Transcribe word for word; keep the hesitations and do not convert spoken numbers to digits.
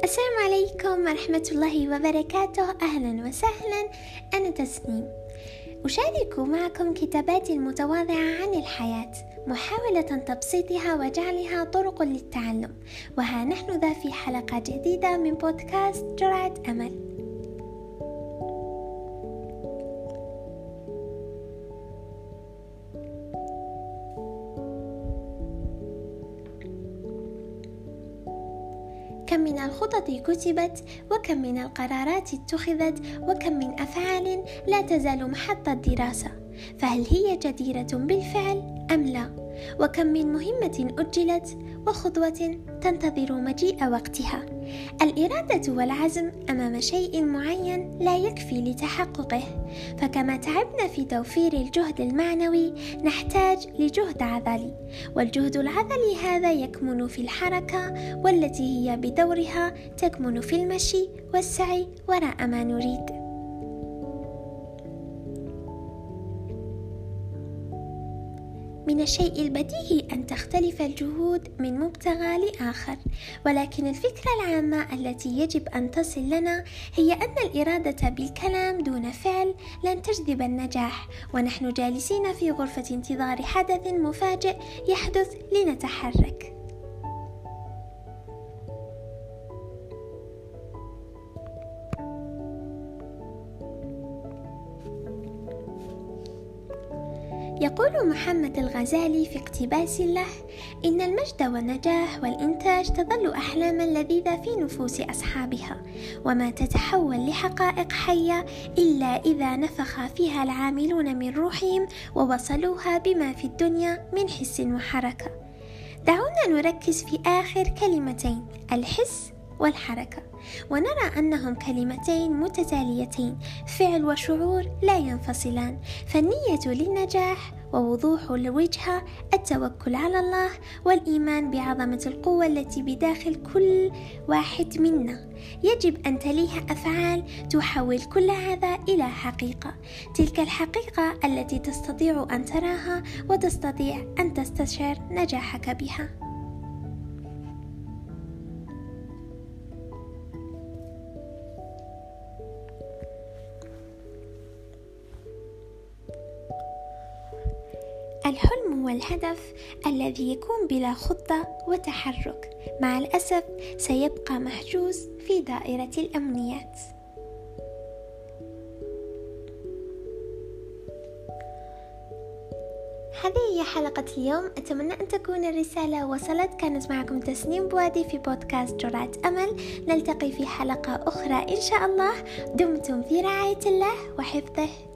السلام عليكم ورحمة الله وبركاته. أهلا وسهلا، أنا تسنيم، أشارك معكم كتاباتي المتواضعة عن الحياة، محاولة تبسيطها وجعلها طرق للتعلم. وها نحن ذا في حلقة جديدة من بودكاست جرعة أمل. كم من الخطط كتبت، وكم من القرارات اتخذت، وكم من أفعال لا تزال محط الدراسة، فهل هي جديرة بالفعل أم لا؟ وكم من مهمة أجلت وخطوة تنتظر مجيء وقتها. الإرادة والعزم أمام شيء معين لا يكفي لتحققه، فكما تعبنا في توفير الجهد المعنوي نحتاج لجهد عضلي، والجهد العضلي هذا يكمن في الحركة، والتي هي بدورها تكمن في المشي والسعي وراء ما نريد. من الشيء البديهي أن تختلف الجهود من مبتغى لآخر، ولكن الفكرة العامة التي يجب أن تصل لنا هي أن الإرادة بالكلام دون فعل لن تجذب النجاح، ونحن جالسين في غرفة انتظار حدث مفاجئ يحدث لنتحرك. يقول محمد الغزالي في اقتباس له: إن المجد والنجاح والإنتاج تظل أحلاما لذيذة في نفوس أصحابها، وما تتحول لحقائق حية إلا إذا نفخ فيها العاملون من روحهم ووصلوها بما في الدنيا من حس وحركة. دعونا نركز في آخر كلمتين، الحس والحركة، ونرى أنهم كلمتين متتاليتين، فعل وشعور لا ينفصلان، فالنية للنجاح ووضوح الوجهة، التوكل على الله، والإيمان بعظمة القوة التي بداخل كل واحد منا. يجب أن تليها أفعال تحول كل هذا إلى حقيقة، تلك الحقيقة التي تستطيع أن تراها وتستطيع أن تستشعر نجاحك بها. الحلم والهدف الذي يكون بلا خطة وتحرك مع الأسف سيبقى محجوز في دائرة الأمنيات. هذه هي حلقة اليوم، أتمنى أن تكون الرسالة وصلت. كانت معكم تسنيم بوادي في بودكاست جرعة أمل. نلتقي في حلقة أخرى إن شاء الله. دمتم في رعاية الله وحفظه.